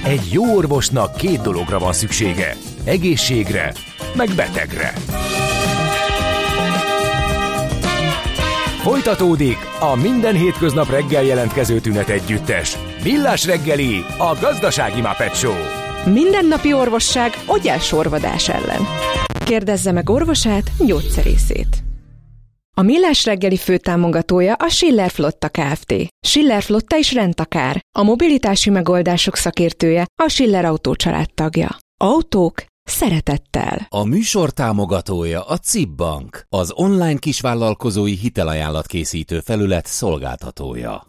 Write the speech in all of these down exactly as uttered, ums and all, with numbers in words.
Egy jó orvosnak két dologra van szüksége. Egészségre, meg betegre. Folytatódik a minden hétköznap reggel jelentkező tünet együttes. Millás reggeli, a gazdasági Muppet Show. Mindennapi orvosság ogyásorvadás ellen. Kérdezze meg orvosát, gyógyszerészét. A Millás reggeli főtámogatója a Schiller Flotta Kft. Schiller Flotta is rendtakár. A mobilitási megoldások szakértője, a Schiller Autó család tagja. Autók szeretettel. A műsor támogatója a cé i bé Bank, az online kisvállalkozói hitelajánlatkészítő felület szolgáltatója.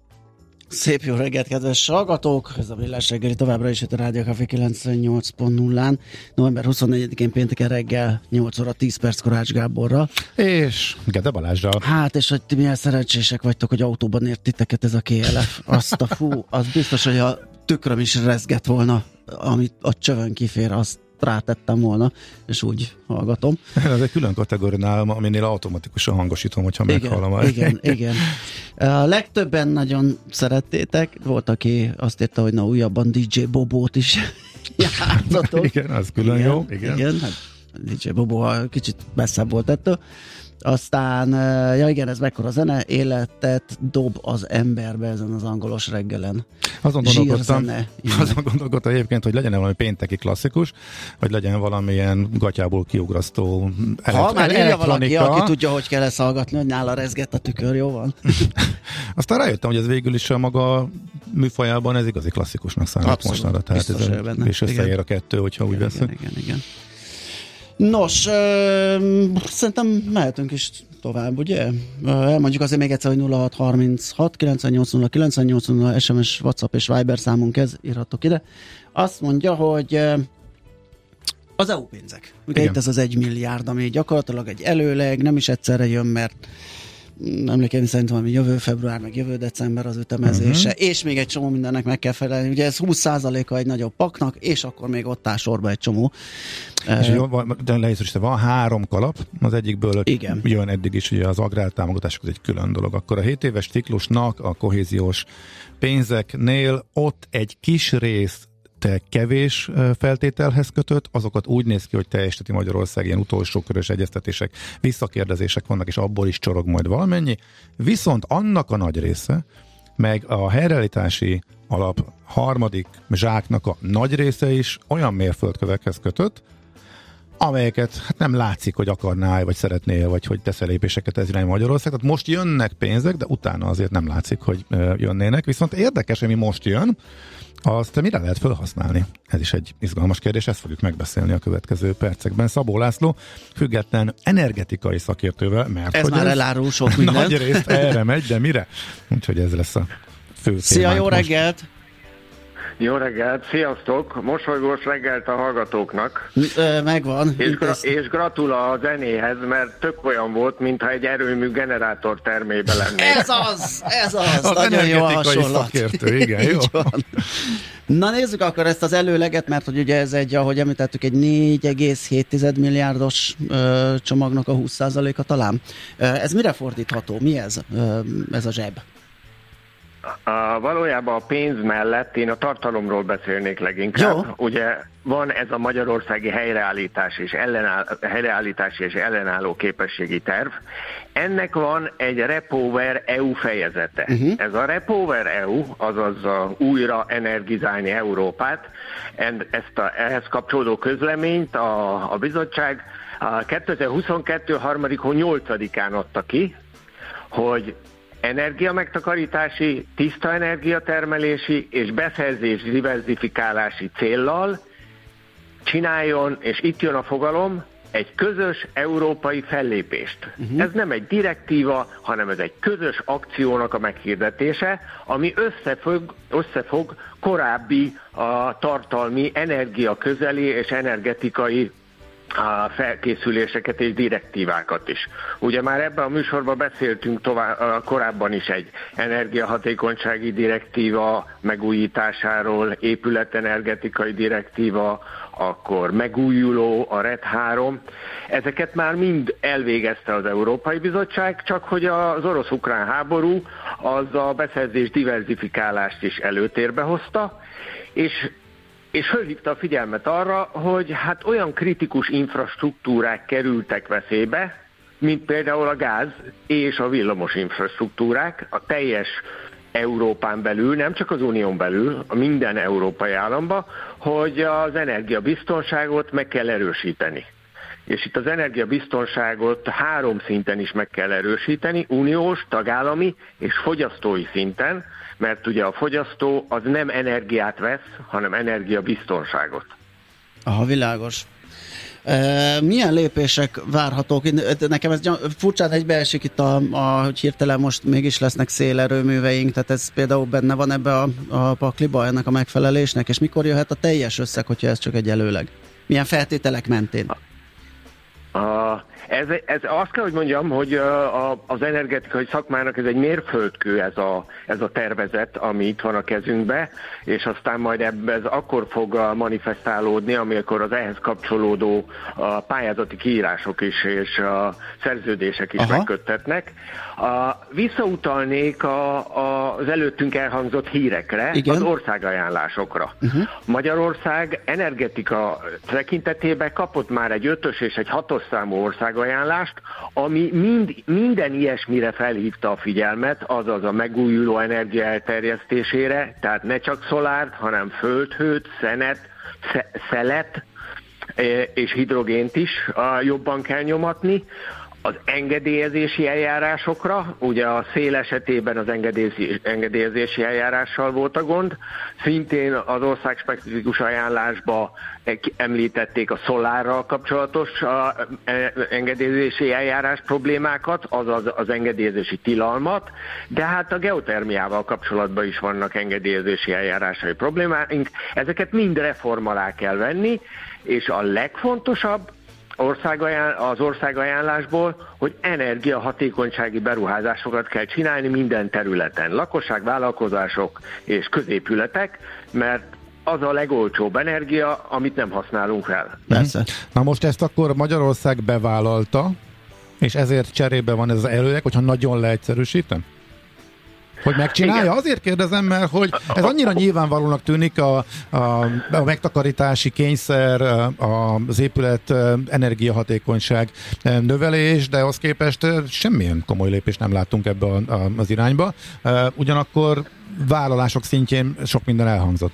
Szép jó reggelt, kedves hallgatók! Ez a Millás reggeli továbbra is itt a Rádió Café kilencvennyolc pont nullán. november huszonnegyedikén pénteken reggel nyolc óra tíz perckor Ács Gáborral. És Gede Balázsral. Hát, és hogy ti milyen szerencsések vagytok, hogy autóban ért titeket ez a ká el ef. Azt a fú, az biztos, hogy a tükröm is rezgett volna, amit a csövön kifér, azt rátettem volna, és úgy hallgatom. Ez egy külön kategória nálam, aminél automatikusan hangosítom, hogyha meghallom. Igen, igen. A legtöbben nagyon szerettétek. Volt, aki azt írta, hogy na újabban dé dzsé Bobót is játszatok. Igen, az külön igen, jó. Igen, igen hát dé dzsé Bobó kicsit messzebb volt ettől. Aztán, ja igen, ez mekkora zene, életet dob az emberbe ezen az angolos reggelen. Azon gondolkodtam, azon gondolkodtam egyébként, hogy legyen valami pénteki klasszikus, vagy legyen valamilyen gatyából kiugrasztó elekt- ha már írja valaki, aki tudja, hogy kell ezt hallgatni, hogy nála rezgett a tükör, jó van? Aztán rájöttem, hogy ez végül is a maga műfajában ez igazi klasszikusnak számít mostanra. Tehát ez a, és összeér a kettő, hogyha igen, úgy veszünk. Igen, igen, igen. Nos, ö, szerintem mehetünk is tovább, ugye? Elmondjuk azért még egyszer, hogy nulla hat harminchat kilencvennyolc nulla kilencvennyolc nulla es em es, WhatsApp és Viber számunk ez, írhatok ide. Azt mondja, hogy az é u pénzek. Ugye itt ez az egy milliárd, ami gyakorlatilag egy előleg, nem is egyszerre jön, mert emlékeim szerint valami jövő február, meg jövő december az ütemezése, uh-huh. és még egy csomó mindennek meg kell felelni. Ugye ez húsz százaléka egy nagyobb paknak, és akkor még ott áll sorba egy csomó. És uh, van, de lehetőség, van három kalap, az egyikből igen. jön eddig is, ugye az agrártámogatások, az egy külön dolog. Akkor a hét éves ciklusnak a kohéziós pénzeknél ott egy kis rész te kevés feltételhez kötött, azokat úgy néz ki, hogy teljesíti Magyarország ilyen utolsó körös egyeztetések, visszakérdezések vannak, és abból is csorog majd valamennyi. Viszont annak a nagy része, meg a helyreállítási alap harmadik zsáknak a nagy része is olyan mérföldkövekhez kötött, amelyeket hát nem látszik, hogy akarná, vagy szeretné, vagy hogy tesz lépéseket ez irányba Magyarország. Tehát most jönnek pénzek, de utána azért nem látszik, hogy jönnének. Viszont érdekes, hogy mi most jön, azt mire lehet felhasználni? Ez is egy izgalmas kérdés, ezt fogjuk megbeszélni a következő percekben. Szabó László, független energetikai szakértővel, mert ez hogy már elárul sok mindent. Nagy részt erre megy, de mire? Úgyhogy ez lesz a fő Szia, jó most. reggelt! Jó reggelt, sziasztok! Mosolygós reggelt a hallgatóknak. Megvan. És, gra- és gratula a zenéhez, mert tök olyan volt, mintha egy erőmű generátor termébe lenne. Ez az! Ez az! Az nagyon jó a hasonlat. Szakértő, igen, jó. Na nézzük akkor ezt az előleget, mert hogy ugye ez egy, ahogy említettük, egy négy egész hét milliárdos ö, csomagnak a húsz százaléka talán. Ez mire fordítható? Mi ez, ö, ez a zseb? A, valójában a pénz mellett én a tartalomról beszélnék leginkább. Jó. Ugye van ez a magyarországi helyreállítás és ellenáll, helyreállítási és ellenálló képességi terv. Ennek van egy Repower é u fejezete. Uh-huh. Ez a Repower é u, azaz a újra energizálni Európát, ezt a, ehhez kapcsolódó közleményt a, a bizottság a kétezer-huszonkettő harmadik hó nyolcadikán adta ki, hogy energiamegtakarítási, tiszta energiatermelési és beszerzés diversifikálási céllal csináljon, és itt jön a fogalom, egy közös európai fellépést. Uh-huh. Ez nem egy direktíva, hanem ez egy közös akciónak a meghirdetése, ami összefog, összefog korábbi a tartalmi energiaközeli és energetikai a felkészüléseket és direktívákat is. Ugye már ebben a műsorban beszéltünk tovább, korábban is egy energiahatékonysági direktíva megújításáról, épületenergetikai direktíva, akkor megújuló, a RED három. Ezeket már mind elvégezte az Európai Bizottság, csak hogy az orosz-ukrán háború az a beszerzés diverzifikálást is előtérbe hozta, és és fölhívta a figyelmet arra, hogy hát olyan kritikus infrastruktúrák kerültek veszélybe, mint például a gáz és a villamos infrastruktúrák, a teljes Európán belül, nem csak az Unión belül, a minden európai államba, hogy az energiabiztonságot meg kell erősíteni. És itt az energiabiztonságot három szinten is meg kell erősíteni, uniós, tagállami és fogyasztói szinten, mert ugye a fogyasztó az nem energiát vesz, hanem energiabiztonságot. Aha, világos. E, milyen lépések várhatók? Nekem ez furcsán egybeesik itt, a, a, hogy hirtelen most mégis lesznek szélerőműveink, tehát ez például benne van ebbe a, a pakliba ennek a megfelelésnek, és mikor jöhet a teljes összeg, hogyha ez csak egy előleg? Milyen feltételek mentén? A, ez, ez azt kell, hogy mondjam, hogy a, az energetikai szakmának ez egy mérföldkő, ez a, ez a tervezet, ami itt van a kezünkbe, és aztán majd ebbe ez akkor fog manifestálódni, amikor az ehhez kapcsolódó a pályázati kiírások is és a szerződések is Aha. megköttetnek. A, visszautalnék a, a, az előttünk elhangzott hírekre, Igen. az országajánlásokra. Uh-huh. Magyarország energetika tekintetében kapott már egy ötös és egy hatos számú országajánlást, ami mind, minden ilyesmire felhívta a figyelmet, azaz a megújuló energia elterjesztésére, tehát ne csak szolárt, hanem földhőt, szenet, szelet és hidrogént is jobban kell nyomatni. Az engedélyezési eljárásokra, ugye a szél esetében az engedélyezési, engedélyezési eljárással volt a gond, szintén az országspecifikus ajánlásba említették a szolárral kapcsolatos a engedélyezési eljárás problémákat, azaz az engedélyezési tilalmat, de hát a geotermiával kapcsolatban is vannak engedélyezési eljárásai problémáink, ezeket mind reform alá kell venni, és a legfontosabb, az országajánlásból, hogy energiahatékonysági beruházásokat kell csinálni minden területen. Lakosság, vállalkozások és középületek, mert az a legolcsóbb energia, amit nem használunk fel. Persze. Na most ezt akkor Magyarország bevállalta, és ezért cserébe van ez az előleg, hogyha nagyon leegyszerűsítem? Hogy megcsinálja? Igen. Azért kérdezem, mert hogy ez annyira nyilvánvalónak tűnik a, a, a megtakarítási kényszer, a, az épület energiahatékonyság növelés, de ahhoz képest semmilyen komoly lépést nem láttunk ebbe a, a, az irányba. Ugyanakkor vállalások szintjén sok minden elhangzott.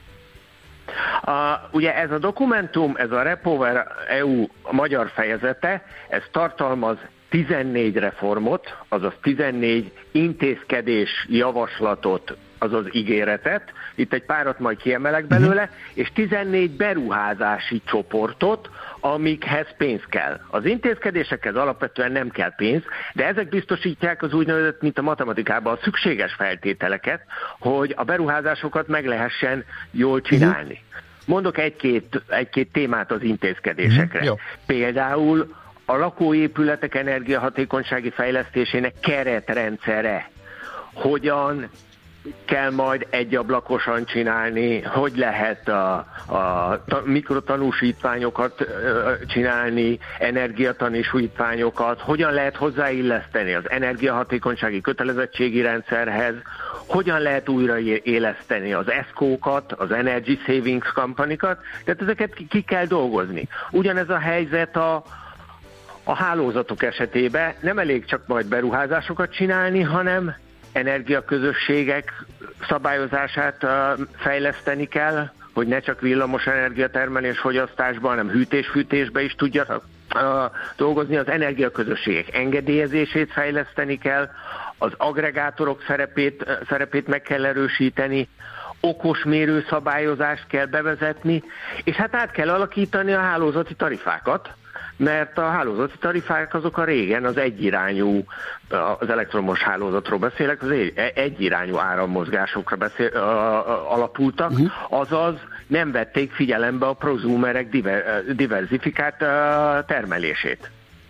Uh, ugye ez a dokumentum, ez a REPower é u magyar fejezete, ez tartalmaz tizennégy reformot, azaz tizennégy intézkedés javaslatot, azaz ígéretet, itt egy párat majd kiemelek belőle, uh-huh. és tizennégy beruházási csoportot, amikhez pénz kell. Az intézkedésekhez alapvetően nem kell pénz, de ezek biztosítják az úgynevezett, mint a matematikában, a szükséges feltételeket, hogy a beruházásokat meg lehessen jól csinálni. Uh-huh. Mondok egy-két, egy-két témát az intézkedésekre. Uh-huh. Például a lakóépületek energiahatékonysági fejlesztésének keretrendszere. Hogyan kell majd egyablakosan csinálni, hogy lehet a, a mikrotanúsítványokat csinálni, energiatanúsítványokat, hogyan lehet hozzáilleszteni az energiahatékonysági kötelezettségi rendszerhez, hogyan lehet újraéleszteni az eszkókat, az Energy Savings Company-kat, tehát ezeket ki kell dolgozni. Ugyanez a helyzet a A hálózatok esetében nem elég csak majd beruházásokat csinálni, hanem energiaközösségek szabályozását fejleszteni kell, hogy ne csak villamos energiatermelés fogyasztásban, hanem hűtés-fűtésben is tudja dolgozni. Az energiaközösségek engedélyezését fejleszteni kell, az agregátorok szerepét, szerepét meg kell erősíteni, okos mérőszabályozást kell bevezetni, és hát át kell alakítani a hálózati tarifákat, mert a hálózati tarifák azok a régen az egyirányú, az elektromos hálózatról beszélek, az egyirányú árammozgásokra beszél, alapultak, uh-huh. azaz nem vették figyelembe a prosumerek diver, diversifikált termelését.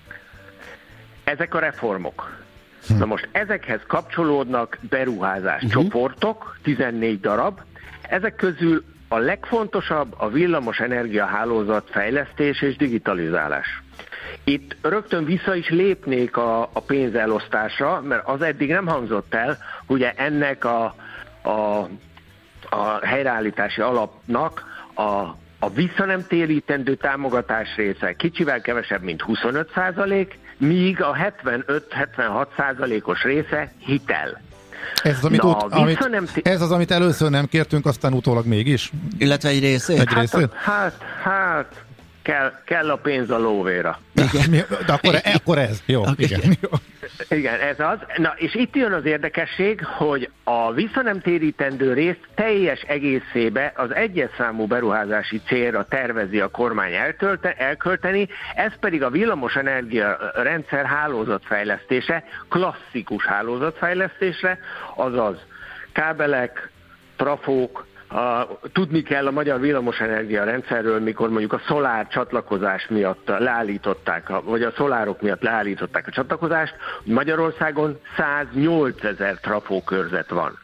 Ezek a reformok. Uh-huh. Na most ezekhez kapcsolódnak beruházás uh-huh. csoportok, tizennégy darab, ezek közül a legfontosabb a villamos energiahálózat fejlesztés és digitalizálás. Itt rögtön vissza is lépnék a, a pénzelosztásra, mert az eddig nem hangzott el, ugye ennek a, a, a helyreállítási alapnak a, a visszanemtérítendő támogatás része kicsivel kevesebb, mint huszonöt százalék, míg a hetvenöt-hetvenhat százalékos része hitel. Ez az, amit, Na, út, amit, nem t- ez az, amit először nem kértünk, aztán utólag mégis? Illetve egy részét? Egy részét? Hát, hát, hát kell, kell a pénz a lóvéra. Igen. De akkor, akkor ez. Jó, okay. Igen. Jó. Igen, ez az. Na, és itt jön az érdekesség, hogy a visszanemtérítendő részt teljes egészébe az egyes számú beruházási célra tervezi a kormány eltölte, elkölteni, ez pedig a villamosenergia rendszer hálózatfejlesztése, klasszikus hálózatfejlesztésre, azaz kábelek, trafók. A, tudni kell a magyar villamosenergia rendszerről, mikor mondjuk a szolár csatlakozás miatt leállították, vagy a szolárok miatt leállították a csatlakozást, Magyarországon száznyolcezer trafókörzet van.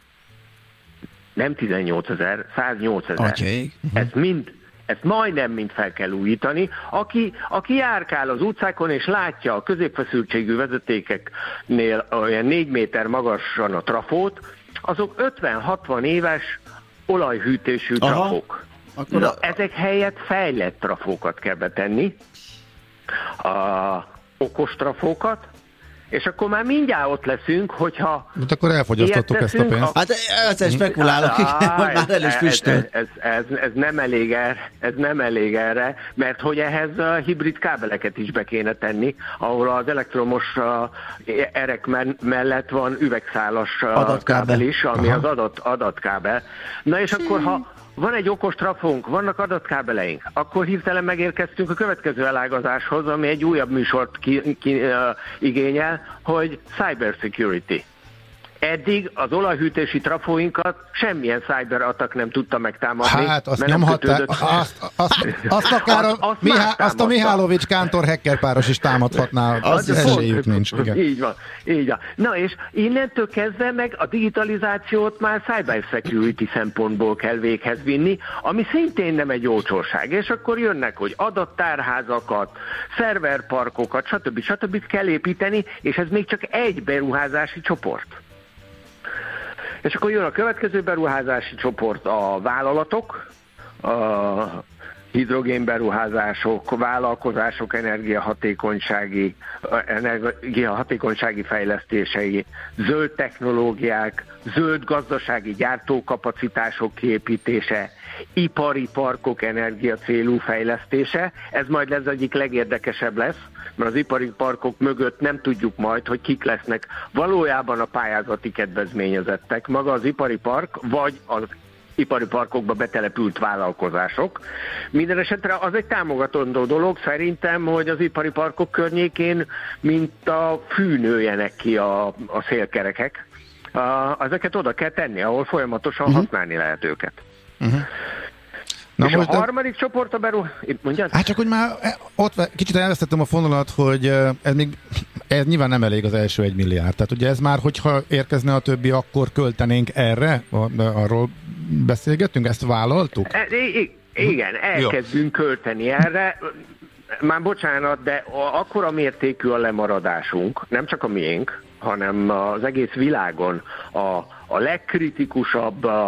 Nem tizennyolcezer, száznyolcezer. Ez mind, ezt majdnem mind fel kell újítani. Aki, aki járkál az utcákon és látja a középfeszültségű vezetékeknél olyan négy méter magasan a trafót, azok ötven-hatvan éves olajhűtésű Aha. trafók. Na, a... ezek helyett fejlett trafókat kell betenni, a okos trafókat, és akkor már mindjárt ott leszünk, hogyha... De akkor elfogyasztottuk ezt a pénzt. A... Hát ezzel spekulálok, igen, hogy már el is füstölt. Ez, ez, ez, ez, nem elég erre, ez nem elég erre, mert hogy ehhez a hibrid kábeleket is be kéne tenni, ahol az elektromos uh, erek mellett van üvegszálas uh, kábel is, ami Aha. az adat, adatkábel. Na és akkor, ha van egy okos trafónk, vannak adatkábeleink, akkor hirtelen megérkeztünk a következő elágazáshoz, ami egy újabb műsort ki, ki, uh, igényel, hogy cyber security. Eddig az olajhűtési trafóinkat semmilyen cyber attack nem tudta megtámadni. Hát azt nyomhatták, azt, azt, azt akár a, azt Mihá, azt a Mihálovics Kántor hacker páros is támadhatná, az, az esélyük nincs. Igen. Így van, így van. Na és innentől kezdve meg a digitalizációt már cyber security szempontból kell véghez vinni, ami szintén nem egy olcsóság. És akkor jönnek, hogy adattárházakat, szerverparkokat, stb. stb. Kell építeni, és ez még csak egy beruházási csoport. És akkor jön a következő beruházási csoport, a vállalatok, a hidrogénberuházások, vállalkozások energiahatékonysági, energiahatékonysági fejlesztései, zöld technológiák, zöld gazdasági gyártókapacitások kiépítése, ipari parkok energiacélú fejlesztése. Ez majd lesz egyik legérdekesebb lesz, mert az ipari parkok mögött nem tudjuk majd, hogy kik lesznek valójában a pályázati kedvezményezettek. Maga az ipari park, vagy az ipari parkokba betelepült vállalkozások. Minden esetre az egy támogatandó dolog szerintem, hogy az ipari parkok környékén, mint a fű nőjenek ki a, a szélkerekek. A, ezeket oda kell tenni, ahol folyamatosan uh-huh. használni lehet őket. Uh-huh. Na és most a harmadik de... csoport a beru... Mondjad? Hát csak, hogy már ott kicsit elvesztettem a fonalat, hogy ez még ez nyilván nem elég az első egy milliárd. Tehát ugye ez már, hogyha érkezne a többi, akkor költenénk erre? Arról beszélgettünk? Ezt vállaltuk? E, I- igen, elkezdünk Jó. költeni erre. Már bocsánat, de akkora mértékű a lemaradásunk, nem csak a miénk, hanem az egész világon a, a legkritikusabb a,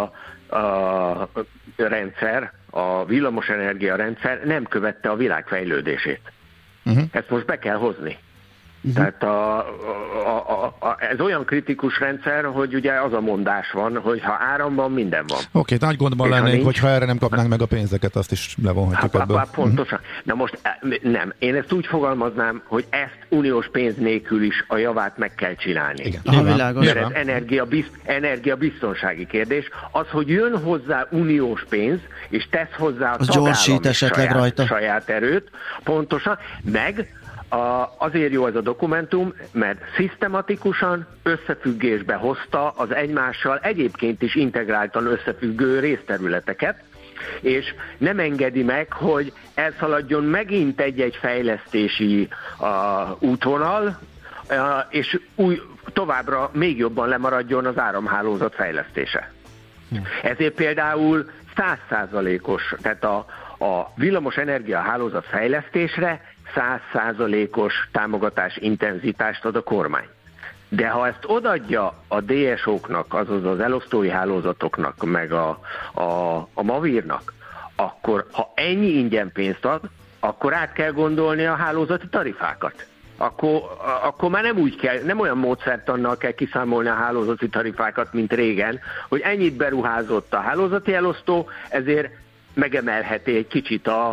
a rendszer, a villamosenergia rendszer nem követte a világ fejlődését. Uh-huh. Ezt most be kell hozni. Uh-huh. Tehát a, a, a, a, ez olyan kritikus rendszer, hogy ugye az a mondás van, hogy ha áram van, minden van. Oké, okay, nagy gondban lennénk, nincs... hogyha erre nem kapnánk meg a pénzeket, azt is levonhatjuk hát, ebből. Hát, pontosan. Uh-huh. Na most nem, én ezt úgy fogalmaznám, hogy ezt uniós pénz nélkül is a javát meg kell csinálni. Igen. Aha, világos. Mert ez energiabizt, energiabiztonsági kérdés. Az, hogy jön hozzá uniós pénz, és tesz hozzá a tagállam saját, saját erőt, pontosan, meg A, azért jó ez a dokumentum, mert szisztematikusan összefüggésbe hozta az egymással egyébként is integráltan összefüggő részterületeket, és nem engedi meg, hogy elszaladjon megint egy-egy fejlesztési a, útvonal, a, és új, továbbra még jobban lemaradjon az áramhálózat fejlesztése. Hm. Ezért például száz százalékos, tehát a, a villamos energiahálózat fejlesztésre száz százalékos támogatás intenzitást ad a kormány. De ha ezt odaadja a dé es ó-knak, azaz az elosztói hálózatoknak, meg a, a, a Mavírnak, akkor ha ennyi ingyen pénzt ad, akkor át kell gondolni a hálózati tarifákat. Akkor, akkor már nem úgy kell, nem olyan módszertannal kell kiszámolni a hálózati tarifákat, mint régen, hogy ennyit beruházott a hálózati elosztó, ezért megemelheti egy kicsit a,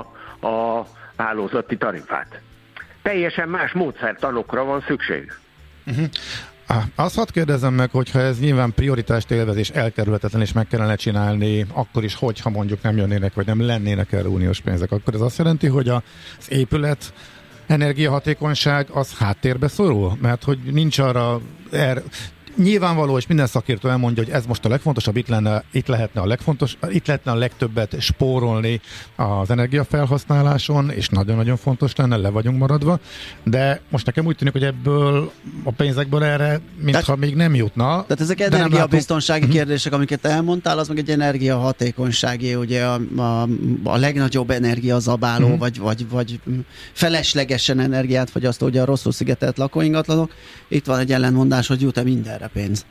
a hálózati tarifát. Teljesen más módszertanokra van szükség. Uh-huh. Ah, azt hadd kérdezzem meg, hogyha ez nyilván prioritást élvez és elkerülhetetlen és meg kellene csinálni, akkor is, hogyha mondjuk nem jönnének, vagy nem lennének erre uniós pénzek, akkor ez azt jelenti, hogy az épület energiahatékonyság az háttérbe szorul? Mert hogy nincs arra er, nyilvánvaló, és minden szakértő elmondja, hogy ez most a legfontosabb, itt, lenne, itt lehetne a legfontos, itt lehetne a legtöbbet spórolni az energiafelhasználáson, és nagyon-nagyon fontos lenne, le vagyunk maradva, de most nekem úgy tűnik, hogy ebből a pénzekből erre, mintha még nem jutna. Tehát ezek energiabiztonsági kérdések, amiket elmondtál, az meg egy energiahatékonysági, ugye a, a, a legnagyobb energiazabáló, hmm. vagy, vagy, vagy feleslegesen energiát fogyasztó, ugye a rosszul szigetelt lakóingatlanok. Itt van egy ellentmondás, hogy jut-e mindenre pénz.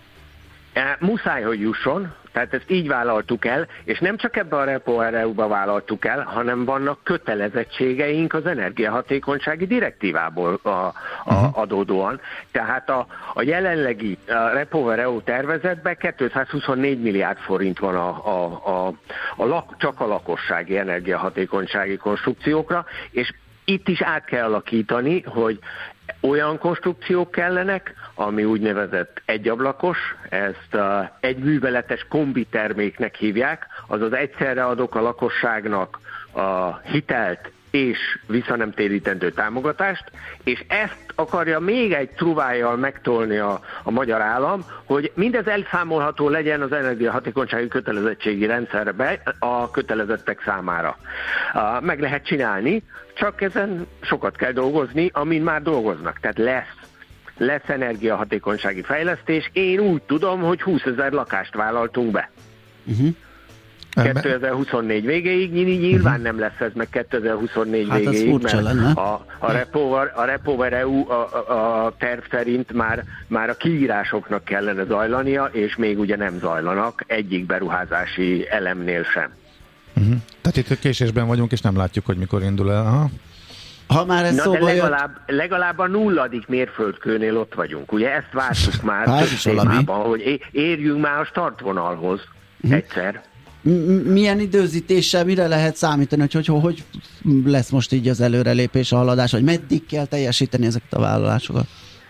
Muszáj, hogy jusson, tehát ezt így vállaltuk el, és nem csak ebbe a REPowerEU-ba vállaltuk el, hanem vannak kötelezettségeink az energiahatékonysági direktívából a, a uh-huh. adódóan. Tehát a, a jelenlegi a REPowerEU tervezetben kétszázhuszonnégy milliárd forint van a, a, a, a lak, csak a lakossági energiahatékonysági konstrukciókra, és itt is át kell alakítani, hogy olyan konstrukciók kellenek, ami úgynevezett egyablakos, ezt uh, egy műveletes kombiterméknek hívják, azaz egyszerre adok a lakosságnak a hitelt és visszanemtérítendő támogatást, és ezt akarja még egy truvájjal megtolni a, a magyar állam, hogy mindez elszámolható legyen az energiahatékonysági kötelezettségi rendszerbe a kötelezettek számára. Uh, meg lehet csinálni, csak ezen sokat kell dolgozni, amin már dolgoznak. Tehát lesz, lesz energiahatékonysági fejlesztés. Én úgy tudom, hogy húszezer lakást vállaltunk be. Uh-huh. kétezer-huszonnégy végéig, nyilván uh-huh. nem lesz ez meg kétezer-huszonnégy hát végéig, mert a, a, Repower, a REPowerEU a, a, a terv szerint már, már a kiírásoknak kellene zajlania, és még ugye nem zajlanak egyik beruházási elemnél sem. Uh-huh. Tehát itt késésben vagyunk, és nem látjuk, hogy mikor indul el. Aha. Ha már ez Na, szóba de legalább, jött... legalább a nulladik mérföldkőnél ott vagyunk. Ugye ezt vártuk már hát, témában, hogy érjünk már a startvonalhoz uh-huh. egyszer. Milyen időzítéssel, mire lehet számítani, hogy, hogy hogy lesz most így az előrelépés, a haladás, vagy meddig kell teljesíteni ezeket a vállalásokat?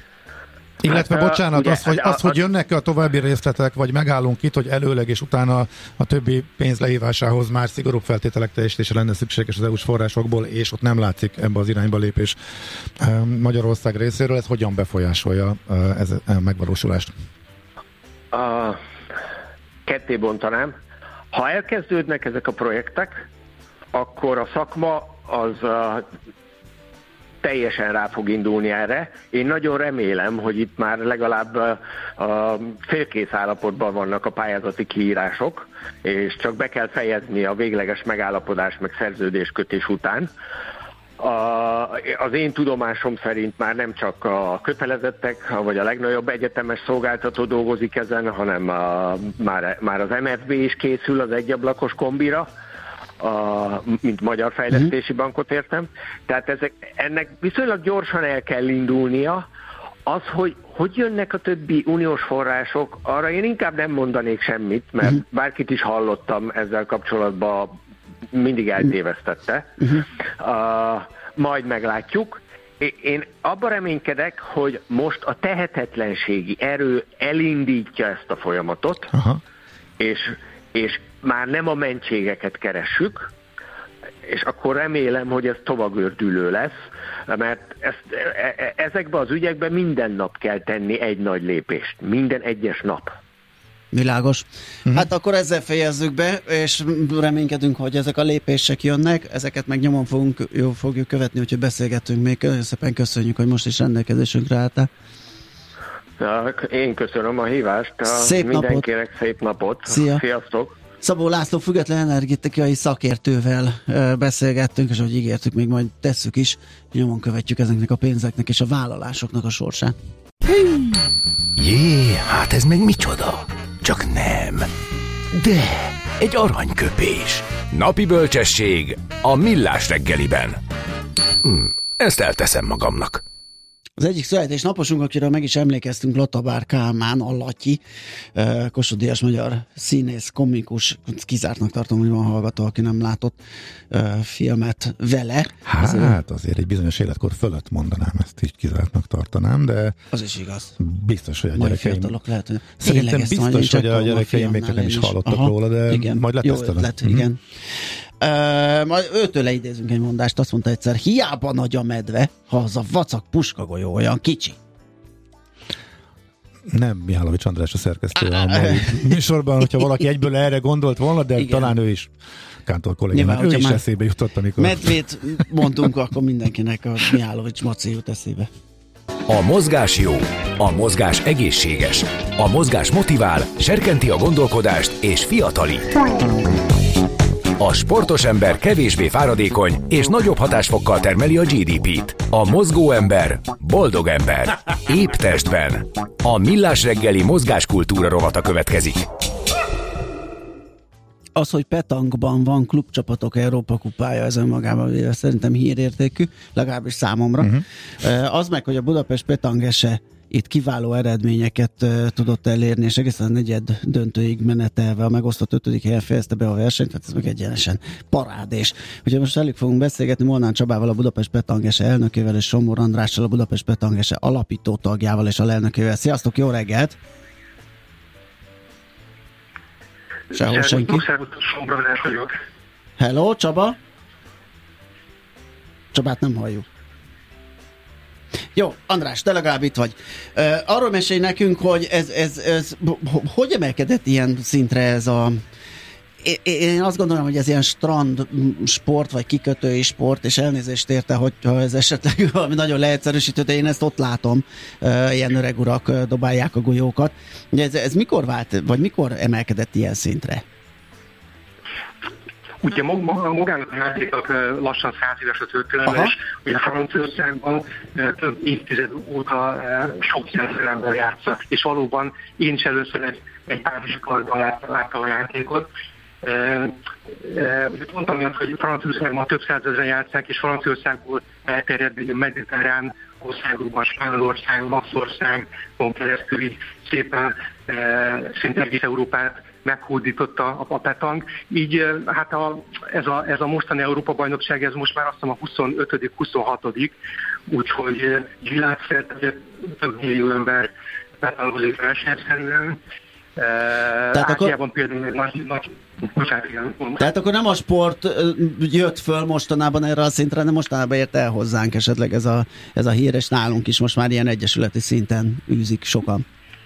Illetve, hát, bocsánat, ugye, az, hogy, az, hogy jönnek a további részletek, vagy megállunk itt, hogy előleg és utána a többi pénz lehívásához már szigorúbb feltételek teljesítése lenne szükséges az é u-s forrásokból, és ott nem látszik ebbe az irányba lépés Magyarország részéről. Ez hogyan befolyásolja ez a megvalósulást? A ketté bontanám. Ha elkezdődnek ezek a projektek, akkor a szakma az uh, teljesen rá fog indulni erre. Én nagyon remélem, hogy itt már legalább uh, félkész állapotban vannak a pályázati kiírások, és csak be kell fejezni a végleges megállapodás meg szerződéskötés után. A, az én tudomásom szerint már nem csak a kötelezettek, vagy a legnagyobb egyetemes szolgáltató dolgozik ezen, hanem a, már, már az em ef bé is készül az egyablakos kombira, a, mint Magyar Fejlesztési Bankot értem. Tehát ezek, ennek viszonylag gyorsan el kell indulnia. Az, hogy hogy jönnek a többi uniós források, arra én inkább nem mondanék semmit, mert uh-huh. bárkit is hallottam ezzel kapcsolatban, mindig eltévesztette. Uh-huh. Uh, majd meglátjuk. Én abban reménykedek, hogy most a tehetetlenségi erő elindítja ezt a folyamatot, uh-huh. és, és már nem a mentségeket keressük, és akkor remélem, hogy ez tovagördülő lesz, mert ezt, e, ezekben az ügyekben minden nap kell tenni egy nagy lépést. Minden egyes nap. Világos. Uh-huh. Hát akkor ezzel fejezzük be, és reménykedünk, hogy ezek a lépések jönnek, ezeket meg nyomon fogunk, jó, fogjuk követni, úgyhogy beszélgetünk még. Szépen köszönjük, hogy most is rendelkezésünkre álltál. Én köszönöm a hívást. Szép Mindenkinek napot. Szép napot. Szia. Sziasztok. Szabó László független energetikai szakértővel beszélgettünk, és ahogy ígértük, még majd tesszük is, nyomon követjük ezeknek a pénzeknek és a vállalásoknak a sorsát. Jé, hát ez meg micsoda? Csak nem. De egy aranyköpés. Napi bölcsesség a Millás reggeliben. Hm, ezt elteszem magamnak. Az egyik születésnaposunk, akiről meg is emlékeztünk, Latabár Kálmán, a Latyi, Kossuth Díjas magyar színész, komikus, kizártnak tartom, hogy van hallgató, aki nem látott filmet vele. Hát azért, azért egy bizonyos életkor fölött mondanám, ezt így kizártnak tartanám, de az is igaz. Biztos, hogy a majd gyerekeim... lehet, hogy Szerintem biztos, hogy a gyerekeim még csak nem is hallottak Aha, róla, de igen, majd letesztelem. Jó ötlet, mm-hmm. igen. Uh, majd őtől leidézünk egy mondást, azt mondta egyszer, hiába nagy a medve, ha az a vacak puskagolyó olyan kicsi. Nem Mihálovics András a szerkesztő a mai műsorban, hogyha valaki egyből erre gondolt volna, de igen. Talán ő is, Kántor kollégám, ő is eszébe jutott, amikor... Medvét mondtunk, akkor mindenkinek a Mihálovics Maci jut eszébe. A mozgás jó, a mozgás egészséges, a mozgás motivál, serkenti a gondolkodást és fiatalít. A sportos ember kevésbé fáradékony és nagyobb hatásfokkal termeli a gé dé pét. A mozgó ember boldog ember. Épp testben. A Millás reggeli mozgáskultúra rovata következik. Az, hogy Petankban van klubcsapatok Európa kupája, ez önmagában véve szerintem hírértékű, legalábbis számomra. Uh-huh. Az meg, hogy a Budapest Petangese itt kiváló eredményeket uh, tudott elérni, és egészen a negyed döntőig menetelve a megosztott ötödik helyen fejezte be a versenyt, tehát ez meg egyenesen parádés. Úgyhogy most elég fogunk beszélgetni Molnár Csabával, a Budapest Petangese elnökével, és Somor Andrással, a Budapest Petangese alapító tagjával és alelnökével. Sziasztok, jó reggelt! Sehol senki. Hello, Csaba? Csabát nem halljuk. Jó, András, te legalább itt vagy. Uh, arról mesélj nekünk, hogy ez, ez, ez hogy emelkedett ilyen szintre ez a... Én azt gondolom, hogy ez ilyen strand sport, vagy kikötői sport, és elnézést érte, hogyha ez esetleg valami nagyon leegyszerűsítő, de én ezt ott látom, uh, ilyen öreg urak uh, dobálják a golyókat. Ez, ez mikor vált, vagy mikor emelkedett ilyen szintre? Ugye magának a játékok lassan száz éves a történelme, és ugye Franciaországban több évtized óta sok százezer ember játszott, és valóban én is először egy, egy párizsi karban láttam a játékot. Ugye mondtam, hogy Franciaországban több százezren játszák, és Franciaországból elterjedt mediterrán országokban, Spanyolország, Olaszországon keresztül így szépen szinte egész Európát meghódította a, a petang. Így hát a, ez, a, ez a mostani Európa-bajnokság, ez most már azt hiszem a huszonötödik huszonhatodik úgyhogy világszerte több millió ember petangozik versenyszerűen. Tehát akkor, például nagy, nagy, bocsánat, igen. Tehát akkor nem a sport jött föl mostanában erre a szintre, hanem mostanában ért el hozzánk esetleg ez a, ez a hír, és nálunk is most már ilyen egyesületi szinten űzik sokan.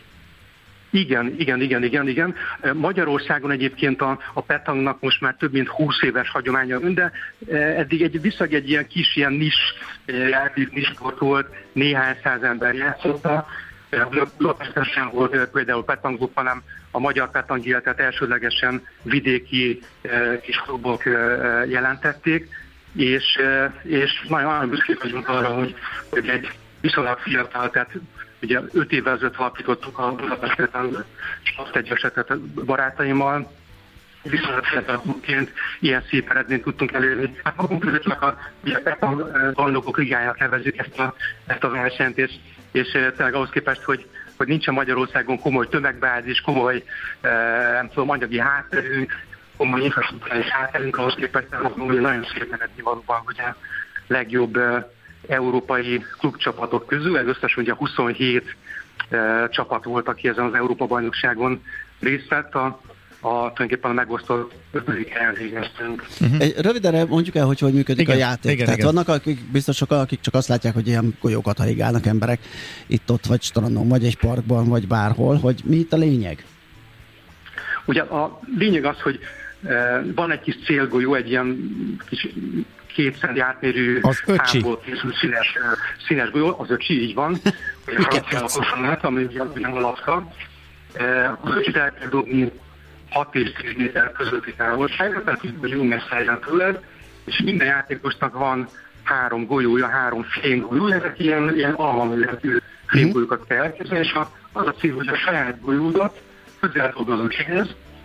Igen, igen, igen, igen, igen. Magyarországon egyébként a, a petangnak most már több mint húsz éves hagyománya, de eddig egy viszonylag egy ilyen kis, ilyen nis játék, nisport volt, néhány száz ember játszotta. Budapesten sem volt például petangok, hanem a magyar petang életet elsődlegesen vidéki kis klubok jelentették, és, és nagyon, nagyon büszkék vagyunk arra, hogy, hogy egy viszonylag fiatal, tehát ugye öt évvel ezelőtt alapítottuk a Budapest Petang Sportegyesületet barátaimmal, viszonylag fiatalként ilyen szép eredményt tudtunk elérni. Hát magunk között csak a petang bajnokok ligáját nevezzük ezt a, ezt a versenyt, és, és tényleg ahhoz képest, hogy, hogy nincsen Magyarországon komoly tömegbázis, komoly nem tudom, anyagi hátterünk, komoly infrastruktúrális hátterünk, ahhoz képest hogy nagyon szép eredmény valóban, hogy a legjobb európai klubcsapatok közül, ez összesen ugye huszonhét e, csapat volt, aki ezen az Európa-bajnokságon részt vett, a, a tulajdonképpen a megosztott ötödik helyen végeztünk. Uh-huh. Röviden mondjuk el, hogy hogy működik igen, a játék. Igen, Tehát igen. vannak akik, biztos sokan, akik csak azt látják, hogy ilyen golyókat haigálnak emberek itt-ott, vagy strandon, vagy egy parkban, vagy bárhol, hogy mi itt a lényeg? Ugye a lényeg az, hogy e, van egy kis célgolyó, egy ilyen kis két cent átmérő hámból készült színes, színes golyó, az öcsi, így van. A francia ami ugyan a lapka. Az öcsit el kell dobni hat és tíz méter közötti távolságra, tehát hogy jó messze legyen tőled, és minden játékosnak van három golyója, három fénygolyó, ezek ilyen, ilyen almaméretű fénygolyókat kell elképzelni, és az a cél, hogy a saját golyódat közel dolgozunk ehhez,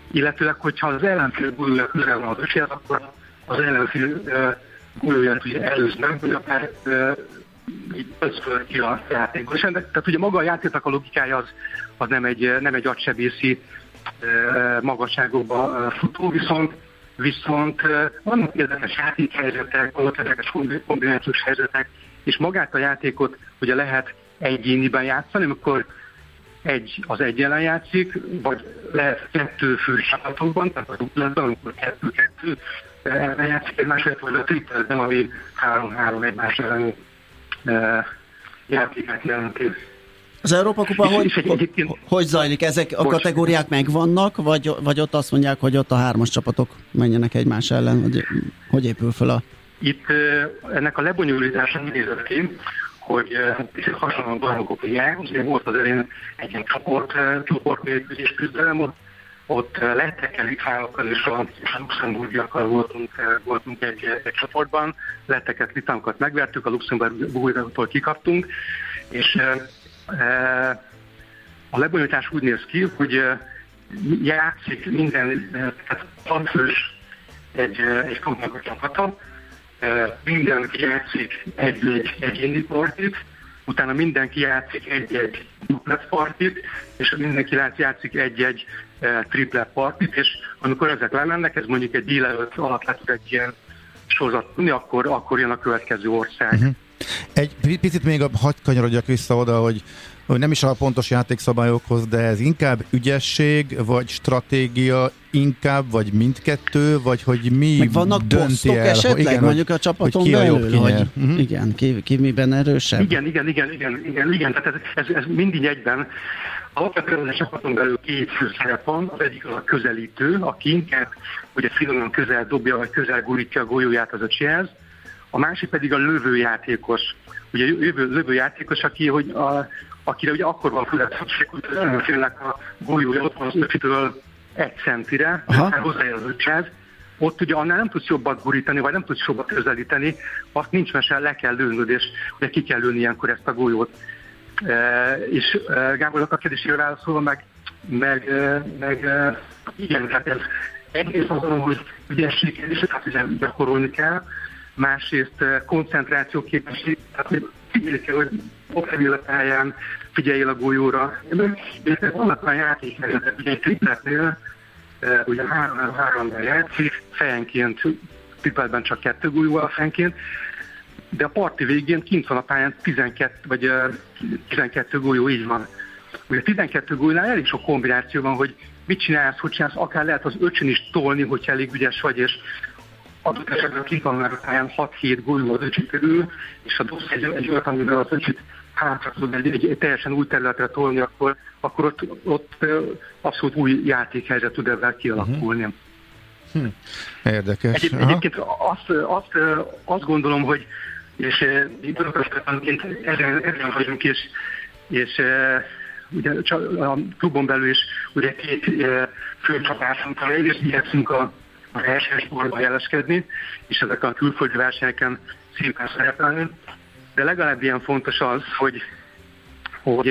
illetőleg, hogyha az ellenfél golyója közel van az öcséhez, akkor az ellenfél golyóját ugye előznek, vagy akár így összföl ki a játékból. És ennek, tehát ugye maga a játéknak a logikája az, az nem egy, nem egy agysebészi magasságokba futó, viszont Viszont vannak érdekes játékhelyzetek, vannak érdekes kombinációs helyzetek, és magát a játékot ugye lehet egyéniben játszani, amikor egy az egy ellen játszik, vagy lehet kettő fő csapatokban, tehát a duplában, amikor kettő-kettő ellen játszik egymás, vagy a triplben, ami három-három egymás ellen játékát jelenti. Az Európa-kupa hogy, hogy, hogy zajlik? Ezek a Bocs. kategóriák megvannak, vagy, vagy ott azt mondják, hogy ott a hármas csapatok menjenek egymás ellen? Vagy, hogy épül fel a... Itt ennek a lebonyolítása nézett ki, hogy hasonlóan bajnokok ligája, ugye volt az elén egy ilyen csoport, csoportmérkőzés küzdelem, ott, ott lettekkel, litvánokkal és a, a luxemburgiakkal voltunk, voltunk egy, egy csoportban, letteket, litvánokat megvertük, a luxemburgiaktól kikaptunk, és a lebonyolítás úgy néz ki, hogy játszik minden, tehát hatfős egy, egy klubnak a csapata, mindenki játszik egy-egy egyéni partit, utána mindenki játszik egy-egy duplet partit, és mindenki játszik egy-egy triplet partit, és amikor ezek lemennek, ez mondjuk egy délelőtt alatt le tud egy ilyen sorozat tudni, akkor, akkor jön a következő ország. Uh-huh. Egy picit még hadd kanyarodjak vissza oda, hogy, hogy nem is a pontos játékszabályokhoz, de ez inkább ügyesség, vagy stratégia, inkább, vagy mindkettő, vagy hogy mi meg vannak dönti el, esetleg, igen, mondjuk a csapaton hogy ki belül, a jobb, ki hogy uh-huh. igen, ki, ki miben erősebb? Igen, igen, igen, igen, igen, igen. Tehát ez, ez, ez mindig egyben. Alapvetően a csapaton belül két fő szerep van, az egyik az a közelítő, aki inkább ugye finoman közel dobja, vagy közel gurítja a golyóját az öcséhez. A másik pedig a lövőjátékos. Ugye lövő, lövőjátékos, aki, hogy a, akire ugye akkor van főleg szükség, hogy az ellenfélnek a golyója ott van az öcsétől egy centire, hozzájön az öcséhez. Ott ugye annál nem tudsz jobbat gurítani, vagy nem tudsz jobbat közelíteni, azt nincs mese, le kell lőnöd, és ugye ki kell lőni ilyenkor ezt a golyót. E, és e, Gábornak a kérdésére válaszolva, meg, meg, e, meg e, igen, tehát ez egyrészt azon, hogy ügyesség és hát ugye gyakorolni kell, másrészt koncentráció képesség, tehát figyelj kell, hogy ott legyél a pályán, figyeljél a golyóra. De vannak olyan játékhelyzetek, ugye egy tripletnél, ugye három-három játszik, fejenként, tripletben csak kettő golyó a fejenként, de a parti végén kint van a pályán tizenkettő, vagy tizenkettő golyó, így van. Ugye tizenkettő golyónál elég sok kombináció van, hogy mit csinálsz, hogy csinálsz, akár lehet az öcsön is tolni, hogyha elég ügyes vagy, és adott esetben kint van már a pályán hat-hét golyó az öcsön körül, és ha dobsz egy, egy olyat, amivel az öcsöt hátra tud egy, egy, egy teljesen új területre tolni, akkor, akkor ott, ott abszolút új játékhelyzet tud ezzel kialakulni. Hm. Érdekes. Egy, egyébként azt, azt, azt gondolom, hogy és Budapest-Petanként ezen vagyunk, és, és ugye a klubon belül is ugye két fő csatásunkra egyrészt igyekszünk a, a versenysportban jeleskedni, és ezek a külföldi versenyeken szépen szerepelni. De legalább ilyen fontos az, hogy, hogy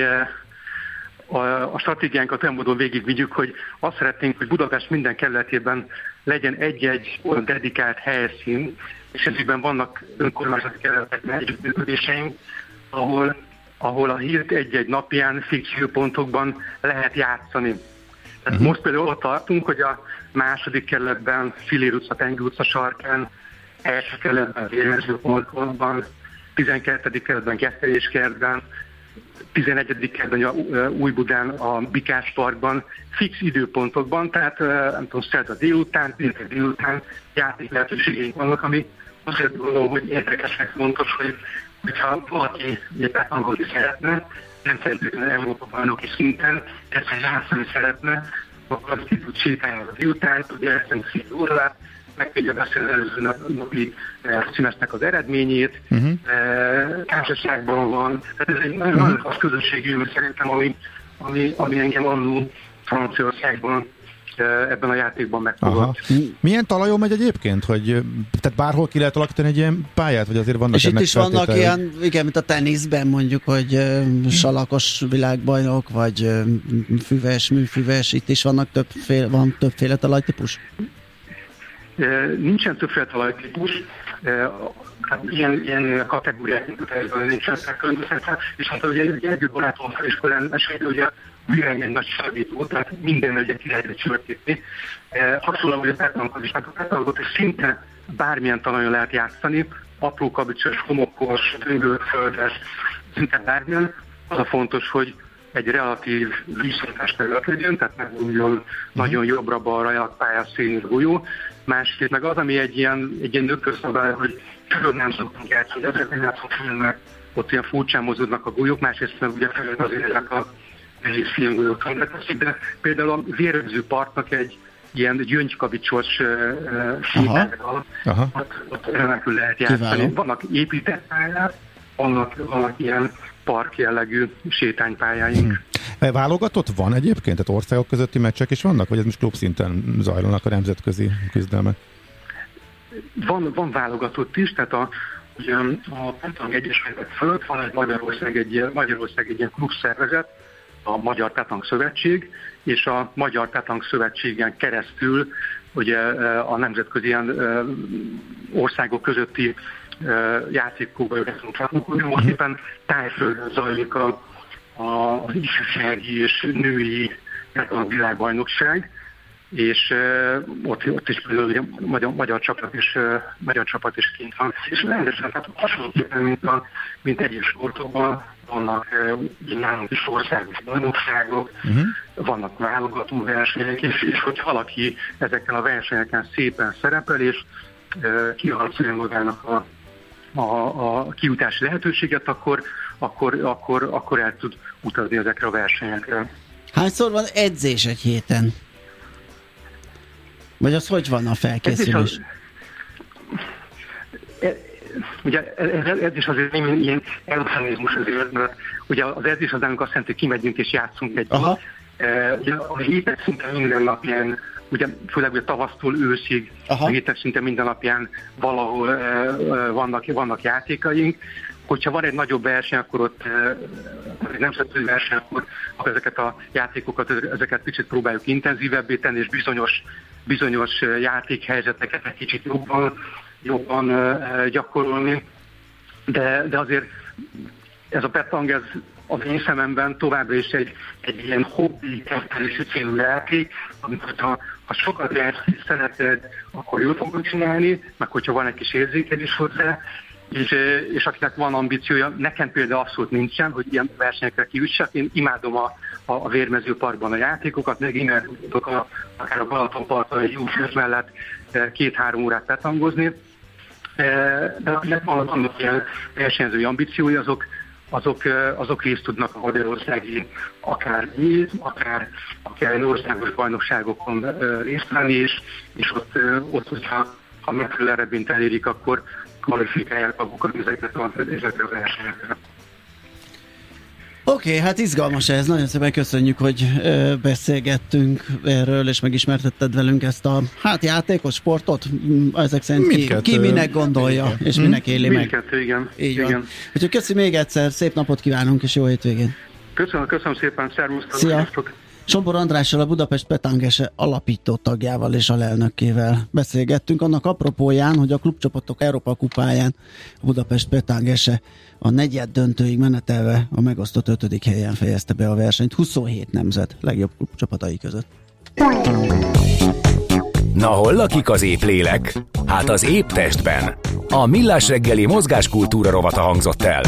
a, a stratégiánkat olyan módon végigvigyük, hogy azt szeretnénk, hogy Budapest minden kerületében legyen egy-egy olyan dedikált helyszín, és ezekben vannak önkormányzati kerületek együttműködéseink, ahol, ahol a hírt egy-egy napján fix pontokban lehet játszani. Tehát uh-huh. most például ott tartunk, hogy a második kerületben, Filér utca, Tengő utca sarkán, első kerületben, Vérmezőpontban, tizenkettedik kerületben, Geszteléskertben, tizenegyedik kerületben, Újbudán, a Bikás Parkban, fix időpontokban, tehát nem tudom, szerda délután, péntek délután játék lehetőségeink vannak, ami azért gondolom, hogy érdekesnek fontos, hogy hogyha valaki angolni szeretne, nem feltétlenül Európa bajnoki szinten, egyszerűen játszani szeretne, akkor az ki tud sétálni az délután, tudja elszeni szép órát, meg tudja beszélni előző napi színesznek az eredményét, uh-huh. társaságban van. Tehát ez egy nagyon uh-huh. az közösségi ül szerintem, ami, ami, ami engem annól Franciaországban ebben a játékban megfogott. Milyen talajon megy egyébként? Hogy, tehát bárhol ki lehet alakítani egy ilyen pályát, vagy azért vannak és ennek itt is vannak feltételek? ilyen, igen, mint a teniszben mondjuk, hogy uh, salakos világbajnok, vagy uh, füves, műfüves, itt is vannak többféle, van többféle talajtípus? Nincsen többféle talajtípus, ilyen, ilyen kategóriák nincsen különböztetve, és hát ugye egy együtt barátom feliskolán mesélt, hogy a világ egy nagy savító, tehát minden egyet ki lehet csörtítni. Hasonlóan, hogy a petlankhoz is, tehát a petlankot is szinte bármilyen talajon lehet játszani, apró kabicsos, homokos, tőgőföldes, szinte bármilyen. Az a fontos, hogy egy relatív vízszintás terület legyen, tehát nem ugyan uh-huh. nagyon jobbra-balra a pályás színű golyó. Másrészt meg az, ami egy ilyen, egy ilyen nökközszabály, hogy külön nem szoktunk játszani, de ezekben játszunk filmnek, ott ilyen furcsán mozognak a golyók, másrészt meg ugye felül azért ezek a filmgolyók rendeteszik, de például a vérőző partnak egy ilyen gyöngykavicsos síkával, ott, ott remekül lehet játszani. Kiváló. Vannak épített pályák, vannak, vannak ilyen park jellegű sétánypályáink. Hmm. Válogatott van egyébként? Tehát országok közötti meccsek is vannak? Vagy ez most klubszinten zajlanak a nemzetközi küzdelmek? Van, van válogatott is, tehát a, ugye, a Petang Egyesületek fölött van egy Magyarország egy, Magyarország egy ilyen klubszervezet, a Magyar Petang Szövetség, és a Magyar Petang Szövetségen keresztül ugye a nemzetközi ilyen országok közötti játékokba jöhetünk. Most éppen Tájföldön zajlik a, a, az ifjúsági és női világbajnokság, és uh, ott, ott is például ugye, magyar, magyar, csapat is, uh, magyar csapat is kint van. És rendesen, tehát hasonlóképpen, mint, a, mint egyes sportokban, vannak uh, nálunk is országos bajnokságok, uh-huh. vannak válogató versenyek, és, és hogy valaki ezeken a versenyeken szépen szerepel, és uh, kiharcolja magának a, a, a kiutási lehetőséget, akkor, akkor, akkor, akkor el tud utazni ezekre a versenyekre. Hányszor van edzés egy héten? Vagy az hogy van a felkészülés? Ez, ugye ez, ez is azért nem ilyen eufemizmus azért, mert ugye az edzés az nálunk azt jelenti, hogy kimegyünk és játszunk egy nap. Ugye a hétek szinte minden napján, ugye főleg ugye tavasztól őszig, Aha. a hétek szinte minden napján valahol uh, vannak, vannak játékaink. Hogyha van egy nagyobb verseny, akkor ott egy nemzetközi verseny, akkor, akkor ezeket a játékokat, ezeket kicsit próbáljuk intenzívebbé tenni, és bizonyos, bizonyos játékhelyzeteket egy kicsit jobban, jobban gyakorolni. De, de azért ez a petang, ez az én szememben továbbra is egy, egy ilyen hobbi kezdődésű célú játék, amit hogyha ha sokat szereted, akkor jól fogod csinálni, meg hogyha van egy kis érzékelés hozzá, És, és akinek van ambíciója, nekem például abszolút nincsen, hogy ilyen versenyekre kiüssek. Én imádom a, a, a Vérmezőparkban a játékokat, meg innen tudok a, akár a Balatonparton egy jó főt mellett két-három órát petangozni. De akinek vannak ilyen versenyzői ambíciói, azok, azok, azok részt tudnak a magyarországi akár nyílt, akár, akár országos bajnokságokon részt venni, és, és ott, ott hogyha ha megfelelő eredményt elérik, akkor kvalifikálják magukat ezekre a, ezekre a versenyekre. Oké, okay, hát izgalmas ez. Nagyon szépen köszönjük, hogy ö, beszélgettünk erről, és megismertetted velünk ezt a hát játékos sportot. Ezek szerint ki, ki minek gondolja, igen. és hmm. minek éli meg. Mindkettő, igen. Így igen. van. Úgyhogy köszi még egyszer, szép napot kívánunk, és jó hétvégén. Köszönöm, köszönöm szépen, szervusztok. Szia. Sompor Andrással, a Budapest Petangese alapító tagjával és alelnökével beszélgettünk. Annak apropóján, hogy a klubcsapatok Európa kupáján a Budapest Petangese a negyed döntőig menetelve a megosztott ötödik helyen fejezte be a versenyt huszonhét nemzet legjobb klubcsapatai között. Na hol lakik az épp lélek? Hát az épp testben. A Millás reggeli mozgáskultúra rovata hangzott el.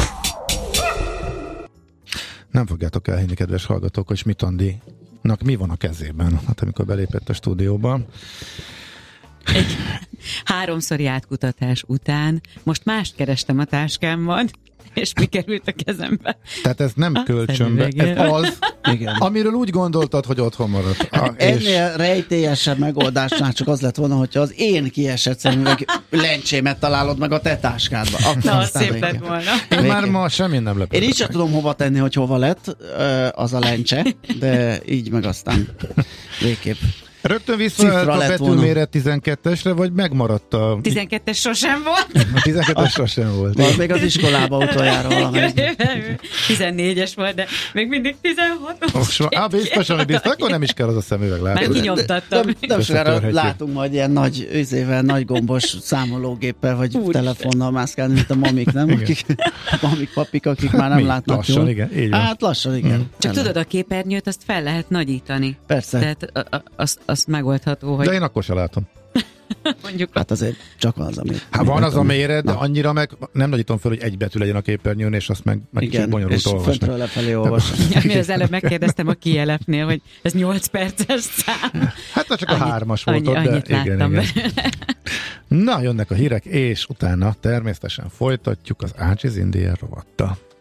Nem fogjátok elhinni, kedves hallgatók, hogy Schmidt Andinak mi van a kezében, hát amikor belépett a stúdióba. Egy háromszori átkutatás után most mást kerestem a táskámban, és mi került a kezembe? Tehát ez nem a kölcsönbe, ez az, igen. amiről úgy gondoltad, hogy otthon maradt. A, Ennél és... rejtélyesebb megoldásnál csak az lett volna, hogyha az én kiesett szemüveg lencsémet találod meg a te táskádba. Na, szép lett volna. Én már ma semmi nem lepődök. Én így sem tudom hova tenni, hogy hova lett az a lencse, de így meg aztán végképp Rögtön visszaállt a betűméret tizenkettesre, vagy megmaradt a... tizenkettes sosem volt. A tizenkettes sosem volt. Volt még az iskolában utoljára valamelyik. tizennégyes volt, de még mindig tizenhatos. Á, biztos, ami biztos, akkor nem is kell az a szemüveg, látod. Már kinyomtattam. Nem, nem sokára látunk majd ilyen nagy üzével, nagy gombos számológéppel, vagy Úr telefonnal mászkálni, mint a mamik, nem? Akik, mamik, papik, akik már nem Mi? látnak Lassan, jól. igen. Így van. Hát lassan, igen. Mm. Csak tudod, a képernyőt azt fel lehet nagyítani. Persze. Tehát a, a, azt, azt megoldható, hogy... De én akkor se látom. Mondjuk hát azért csak az, amit... Hát van az a méret, de annyira meg nem nagyítom fel, hogy egy betű legyen a képernyőn, és azt meg, meg igen, bonyolult olvasni. És föntről lefelé olvasni. Ja, mi az előbb megkérdeztem a kielefnél, hogy ez nyolc perces szám. Hát csak a Annyi, hármas volt annyi, ott, de annyit igen, láttam igen. Be. Na, jönnek a hírek, és utána természetesen folytatjuk az Ácsiz Indián rovattal.